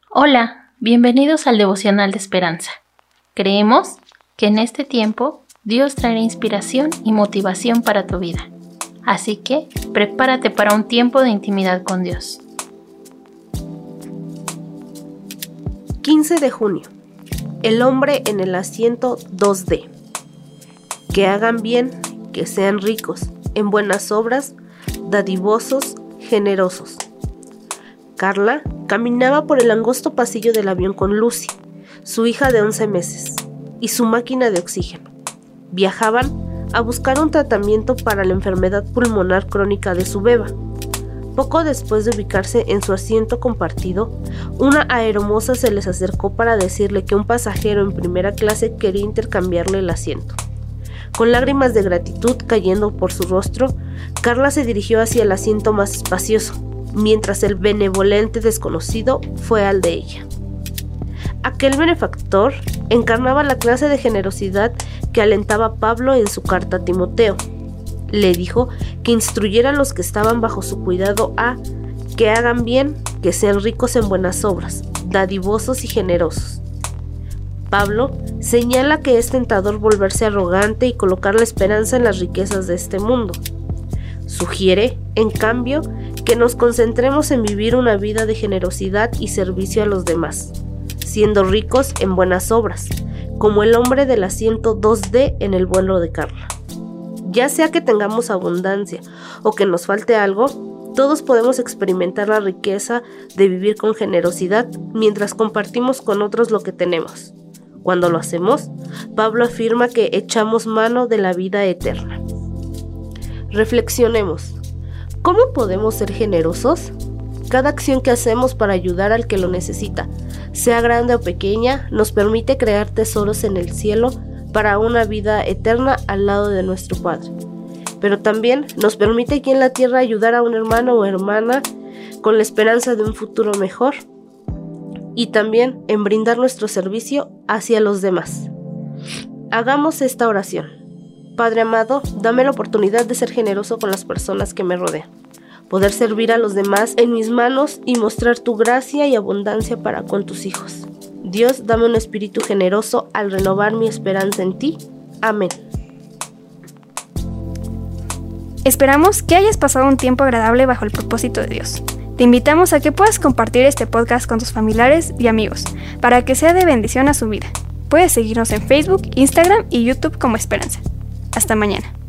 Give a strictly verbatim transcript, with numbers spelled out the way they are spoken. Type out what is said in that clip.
Hola, bienvenidos al Devocional de Esperanza. Creemos que en este tiempo Dios traerá inspiración y motivación para tu vida. Así que prepárate para un tiempo de intimidad con Dios. quince de junio. El hombre en el asiento dos D. Que hagan bien, que sean ricos, en buenas obras, dadivosos, generosos. Carla caminaba por el angosto pasillo del avión con Lucy, su hija de once meses, y su máquina de oxígeno. Viajaban a buscar un tratamiento para la enfermedad pulmonar crónica de su beba. Poco después de ubicarse en su asiento compartido, una aeromoza se les acercó para decirle que un pasajero en primera clase quería intercambiarle el asiento. Con lágrimas de gratitud cayendo por su rostro, Carla se dirigió hacia el asiento más espacioso, mientras el benevolente desconocido fue al de ella. Aquel benefactor encarnaba la clase de generosidad que alentaba Pablo en su carta a Timoteo. Le dijo que instruyera a los que estaban bajo su cuidado a que hagan bien, que sean ricos en buenas obras, dadivosos y generosos. Pablo señala que es tentador volverse arrogante y colocar la esperanza en las riquezas de este mundo. Sugiere, en cambio, que nos concentremos en vivir una vida de generosidad y servicio a los demás, siendo ricos en buenas obras, como el hombre del asiento dos D en el vuelo de Carla. Ya sea que tengamos abundancia o que nos falte algo, todos podemos experimentar la riqueza de vivir con generosidad mientras compartimos con otros lo que tenemos. Cuando lo hacemos, Pablo afirma que echamos mano de la vida eterna. Reflexionemos. ¿Cómo podemos ser generosos? Cada acción que hacemos para ayudar al que lo necesita, sea grande o pequeña, nos permite crear tesoros en el cielo para una vida eterna al lado de nuestro Padre. Pero también nos permite aquí en la tierra ayudar a un hermano o hermana con la esperanza de un futuro mejor y también en brindar nuestro servicio hacia los demás. Hagamos esta oración. Padre amado, dame la oportunidad de ser generoso con las personas que me rodean, poder servir a los demás en mis manos y mostrar tu gracia y abundancia para con tus hijos. Dios, dame un espíritu generoso al renovar mi esperanza en ti. Amén. Esperamos que hayas pasado un tiempo agradable bajo el propósito de Dios. Te invitamos a que puedas compartir este podcast con tus familiares y amigos, para que sea de bendición a su vida. Puedes seguirnos en Facebook, Instagram y YouTube como Esperanza. Hasta mañana.